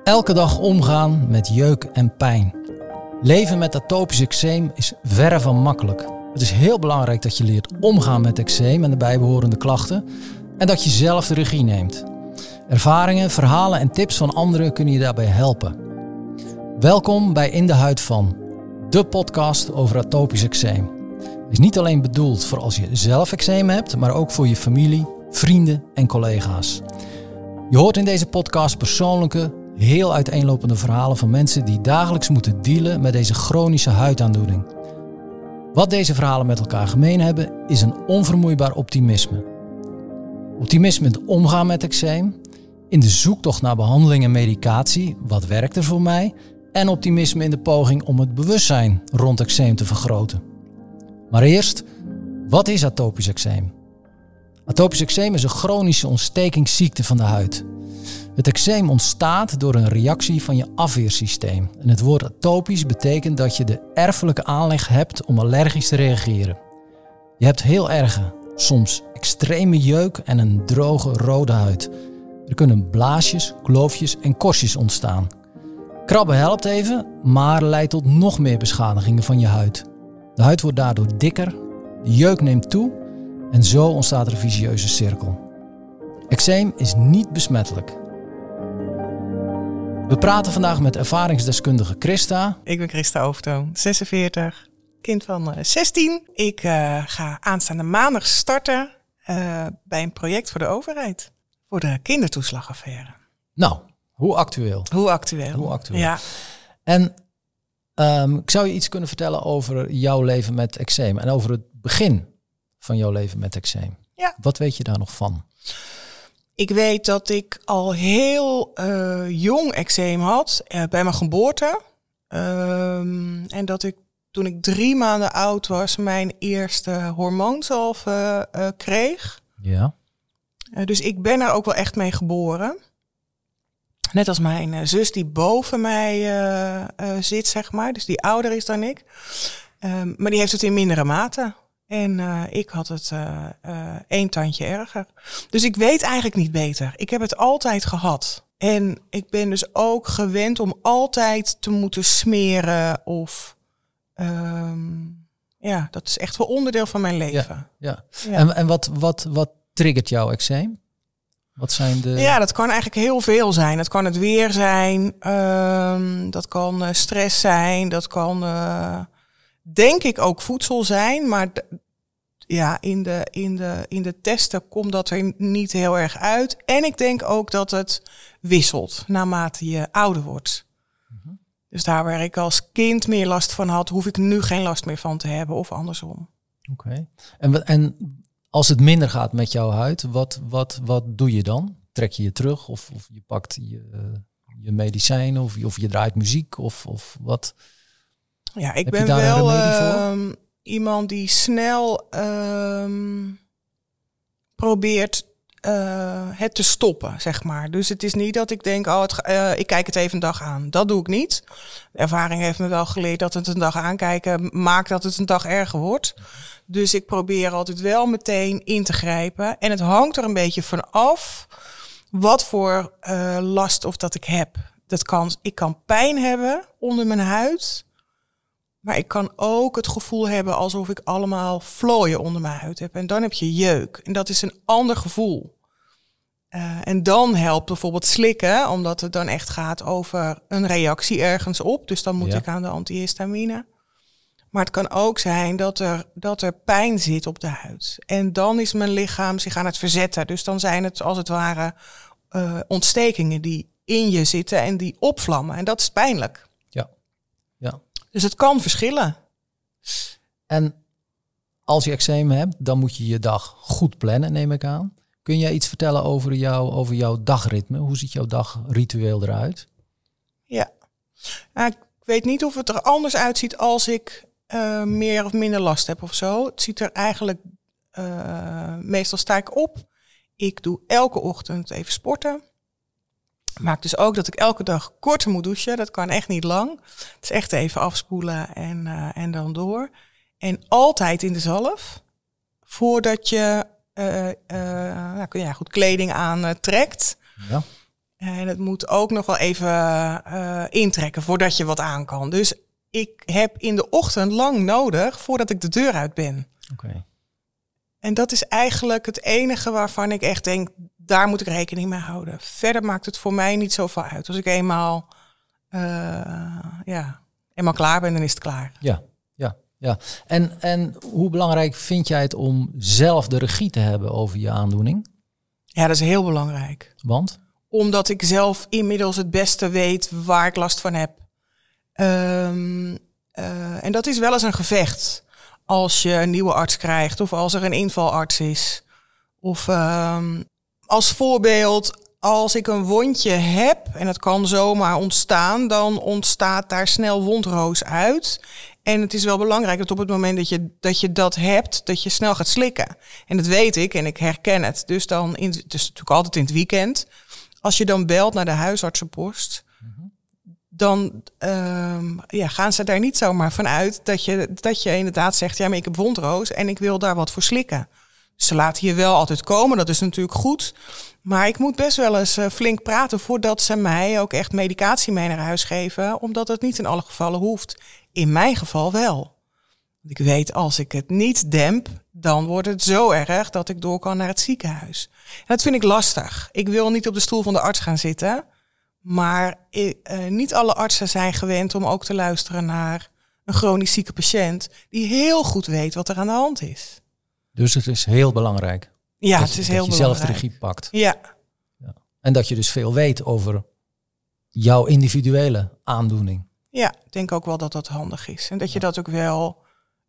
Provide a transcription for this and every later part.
Elke dag omgaan met jeuk en pijn. Leven met atopisch eczeem is verre van makkelijk. Het is heel belangrijk dat je leert omgaan met eczeem en de bijbehorende klachten en dat je zelf de regie neemt. Ervaringen, verhalen en tips van anderen kunnen je daarbij helpen. Welkom bij In de Huid van, de podcast over atopisch eczeem. Het is niet alleen bedoeld voor als je zelf eczeem hebt, maar ook voor je familie, vrienden en collega's. Je hoort in deze podcast persoonlijke, heel uiteenlopende verhalen van mensen die dagelijks moeten dealen met deze chronische huidaandoening. Wat deze verhalen met elkaar gemeen hebben, is een onvermoeibaar optimisme. Optimisme in het omgaan met eczeem, in de zoektocht naar behandeling en medicatie, wat werkt er voor mij, en optimisme in de poging om het bewustzijn rond eczeem te vergroten. Maar eerst, wat is atopisch eczeem? Atopisch eczeem is een chronische ontstekingsziekte van de huid. Het eczeem ontstaat door een reactie van je afweersysteem. En het woord atopisch betekent dat je de erfelijke aanleg hebt om allergisch te reageren. Je hebt heel erge, soms extreme jeuk en een droge rode huid. Er kunnen blaasjes, kloofjes en korstjes ontstaan. Krabben helpt even, maar leidt tot nog meer beschadigingen van je huid. De huid wordt daardoor dikker, de jeuk neemt toe en zo ontstaat er een vicieuze cirkel. Eczeem is niet besmettelijk. We praten vandaag met ervaringsdeskundige Christa. Ik ben Christa Overtoom, 46, kind van 16. Ik ga aanstaande maandag starten bij een project voor de overheid. Voor de kindertoeslagaffaire. Nou, hoe actueel? Hoe actueel. Ja. En ik zou je iets kunnen vertellen over jouw leven met eczeem. En over het begin van jouw leven met eczeem. Ja. Wat weet je daar nog van? Ik weet dat ik al heel jong eczeem had, bij mijn geboorte. En dat ik toen ik 3 maanden oud was mijn eerste hormoonzalf kreeg. Ja. Dus ik ben er ook wel echt mee geboren. Net als mijn zus die boven mij zit, zeg maar. Dus die ouder is dan ik. Maar die heeft het in mindere mate. En ik had het 1 tandje erger. Dus ik weet eigenlijk niet beter. Ik heb het altijd gehad. En ik ben dus ook gewend om altijd te moeten smeren. Of ja, dat is echt wel onderdeel van mijn leven. Ja. En wat triggert jouw eczeem? Wat zijn de... Ja, dat kan eigenlijk heel veel zijn. Dat kan het weer zijn. Dat kan stress zijn. Dat kan... denk ik ook voedsel zijn, maar ja, in de testen komt dat er niet heel erg uit. En ik denk ook dat het wisselt naarmate je ouder wordt. Mm-hmm. Dus daar waar ik als kind meer last van had, hoef ik nu geen last meer van te hebben of andersom. Oké. En als het minder gaat met jouw huid, wat doe je dan? Trek je terug of je pakt je medicijnen of je draait muziek of wat? Ja, ik ben wel iemand die snel probeert het te stoppen, zeg maar. Dus het is niet dat ik denk, ik kijk het even een dag aan. Dat doe ik niet. De ervaring heeft me wel geleerd dat het een dag aankijken maakt dat het een dag erger wordt. Dus ik probeer altijd wel meteen in te grijpen. En het hangt er een beetje van af wat voor last of dat ik heb. Ik kan pijn hebben onder mijn huid. Maar ik kan ook het gevoel hebben alsof ik allemaal vlooien onder mijn huid heb. En dan heb je jeuk. En dat is een ander gevoel. En dan helpt bijvoorbeeld slikken, omdat het dan echt gaat over een reactie ergens op. Dus dan moet ik aan de antihistamine. Maar het kan ook zijn dat er pijn zit op de huid. En dan is mijn lichaam zich aan het verzetten. Dus dan zijn het als het ware ontstekingen die in je zitten en die opvlammen. En dat is pijnlijk. Ja. Dus het kan verschillen. En als je eczeem hebt, dan moet je je dag goed plannen, neem ik aan. Kun jij iets vertellen over jouw dagritme? Hoe ziet jouw dagritueel eruit? Ja. Ik weet niet of het er anders uitziet als ik meer of minder last heb of zo. Het ziet er eigenlijk... meestal sta ik op. Ik doe elke ochtend even sporten. Maakt dus ook dat ik elke dag korter moet douchen. Dat kan echt niet lang. Het is echt even afspoelen en dan door. En altijd in de zalf. Voordat je goed kleding aantrekt. Ja. En het moet ook nog wel even intrekken voordat je wat aan kan. Dus ik heb in de ochtend lang nodig voordat ik de deur uit ben. Okay. En dat is eigenlijk het enige waarvan ik echt denk, daar moet ik rekening mee houden. Verder maakt het voor mij niet zoveel uit. Als ik eenmaal klaar ben, dan is het klaar. Ja. En hoe belangrijk vind jij het om zelf de regie te hebben over je aandoening? Ja, dat is heel belangrijk. Want? Omdat ik zelf inmiddels het beste weet waar ik last van heb. En dat is wel eens een gevecht. Als je een nieuwe arts krijgt of als er een invalarts is. Of als voorbeeld, als ik een wondje heb en het kan zomaar ontstaan, dan ontstaat daar snel wondroos uit. En het is wel belangrijk dat op het moment dat je dat hebt, dat je snel gaat slikken. En dat weet ik en ik herken het. Dus dan, het is natuurlijk altijd in het weekend. Als je dan belt naar de huisartsenpost, dan gaan ze daar niet zomaar van uit dat je inderdaad zegt, ja, maar ik heb wondroos en ik wil daar wat voor slikken. Ze laten je wel altijd komen, dat is natuurlijk goed. Maar ik moet best wel eens flink praten voordat ze mij ook echt medicatie mee naar huis geven. Omdat het niet in alle gevallen hoeft. In mijn geval wel. Ik weet, als ik het niet demp, dan wordt het zo erg dat ik door kan naar het ziekenhuis. En dat vind ik lastig. Ik wil niet op de stoel van de arts gaan zitten. Maar niet alle artsen zijn gewend om ook te luisteren naar een chronisch zieke patiënt die heel goed weet wat er aan de hand is. Dus het is heel belangrijk. Ja, het is heel belangrijk. Dat je zelf de regie pakt. Ja. En dat je dus veel weet over jouw individuele aandoening. Ja, ik denk ook wel dat dat handig is. En dat je dat ook wel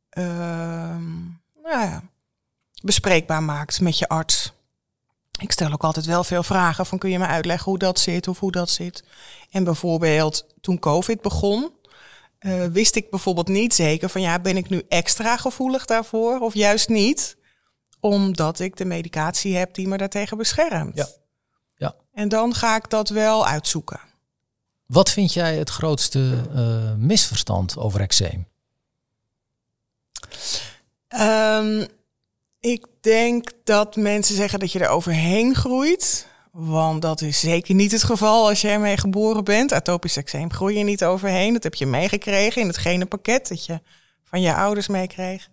bespreekbaar maakt met je arts. Ik stel ook altijd wel veel vragen van, kun je me uitleggen hoe dat zit of hoe dat zit. En bijvoorbeeld toen COVID begon, wist ik bijvoorbeeld niet zeker van, ben ik nu extra gevoelig daarvoor of juist niet? Omdat ik de medicatie heb die me daartegen beschermt. Ja. En dan ga ik dat wel uitzoeken. Wat vind jij het grootste misverstand over eczeem? Ik denk dat mensen zeggen dat je er overheen groeit. Want dat is zeker niet het geval als je ermee geboren bent. Atopisch eczeem groei je niet overheen. Dat heb je meegekregen in het genenpakket dat je van je ouders meekreeg.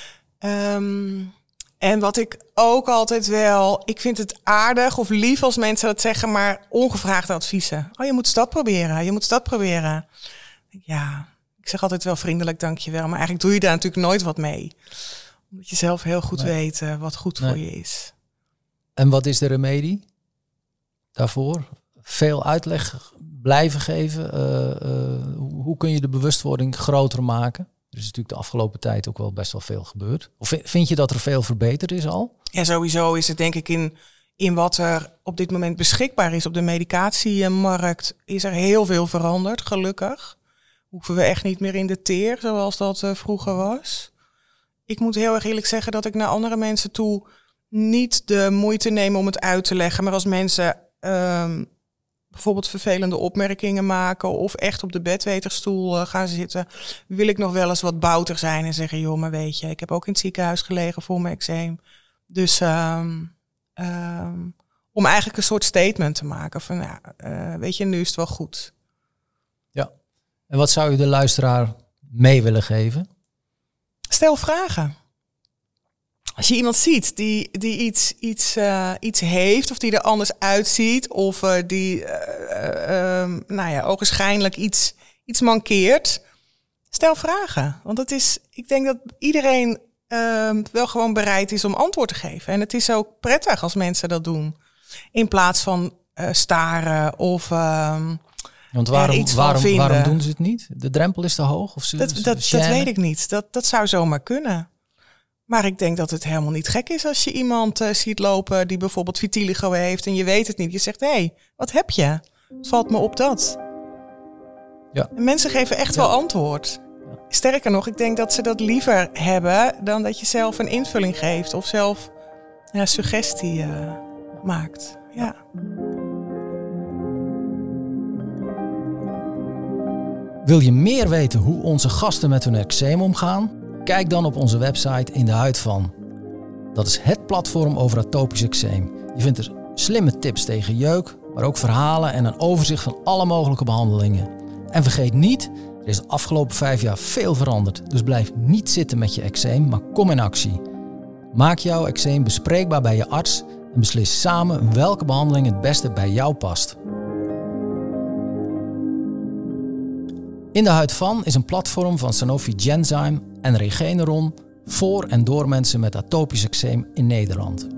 En wat ik ook altijd wel, ik vind het aardig of lief als mensen dat zeggen, maar ongevraagde adviezen. Oh, je moet dat proberen. Ja, ik zeg altijd wel vriendelijk dankjewel, maar eigenlijk doe je daar natuurlijk nooit wat mee. Omdat je zelf heel goed weet wat goed voor je is. En wat is de remedie daarvoor? Veel uitleg blijven geven. Hoe kun je de bewustwording groter maken? Er is natuurlijk de afgelopen tijd ook wel best wel veel gebeurd. Of vind je dat er veel verbeterd is al? Ja, sowieso is het denk ik in wat er op dit moment beschikbaar is op de medicatiemarkt, is er heel veel veranderd, gelukkig. Hoeven we echt niet meer in de teer, zoals dat vroeger was. Ik moet heel erg eerlijk zeggen dat ik naar andere mensen toe niet de moeite neem om het uit te leggen. Maar als mensen bijvoorbeeld vervelende opmerkingen maken of echt op de bedweterstoel gaan zitten, wil ik nog wel eens wat bouter zijn en zeggen, joh, maar weet je, ik heb ook in het ziekenhuis gelegen voor mijn eczeem. Dus om eigenlijk een soort statement te maken van, weet je, nu is het wel goed. Ja. En wat zou je de luisteraar mee willen geven? Stel vragen. Als je iemand ziet die iets heeft of die er anders uitziet of die ogenschijnlijk iets mankeert, stel vragen. Want het is, ik denk dat iedereen wel gewoon bereid is om antwoord te geven. En het is ook prettig als mensen dat doen. In plaats van staren of want waarom doen ze het niet? De drempel is te hoog? Of dat weet ik niet. Dat zou zomaar kunnen. Maar ik denk dat het helemaal niet gek is als je iemand ziet lopen die bijvoorbeeld vitiligo heeft en je weet het niet. Je zegt, hé, wat heb je? Het valt me op dat. Ja. En mensen geven echt wel antwoord. Ja. Sterker nog, ik denk dat ze dat liever hebben dan dat je zelf een invulling geeft of zelf suggestie maakt. Ja. Wil je meer weten hoe onze gasten met hun eczeem omgaan? Kijk dan op onze website In de Huid Van. Dat is het platform over atopisch eczeem. Je vindt er slimme tips tegen jeuk, maar ook verhalen en een overzicht van alle mogelijke behandelingen. En vergeet niet, er is de afgelopen 5 jaar veel veranderd. Dus blijf niet zitten met je eczeem, maar kom in actie. Maak jouw eczeem bespreekbaar bij je arts en beslis samen welke behandeling het beste bij jou past. In de Huid van is een platform van Sanofi Genzyme en Regeneron voor en door mensen met atopisch eczeem in Nederland.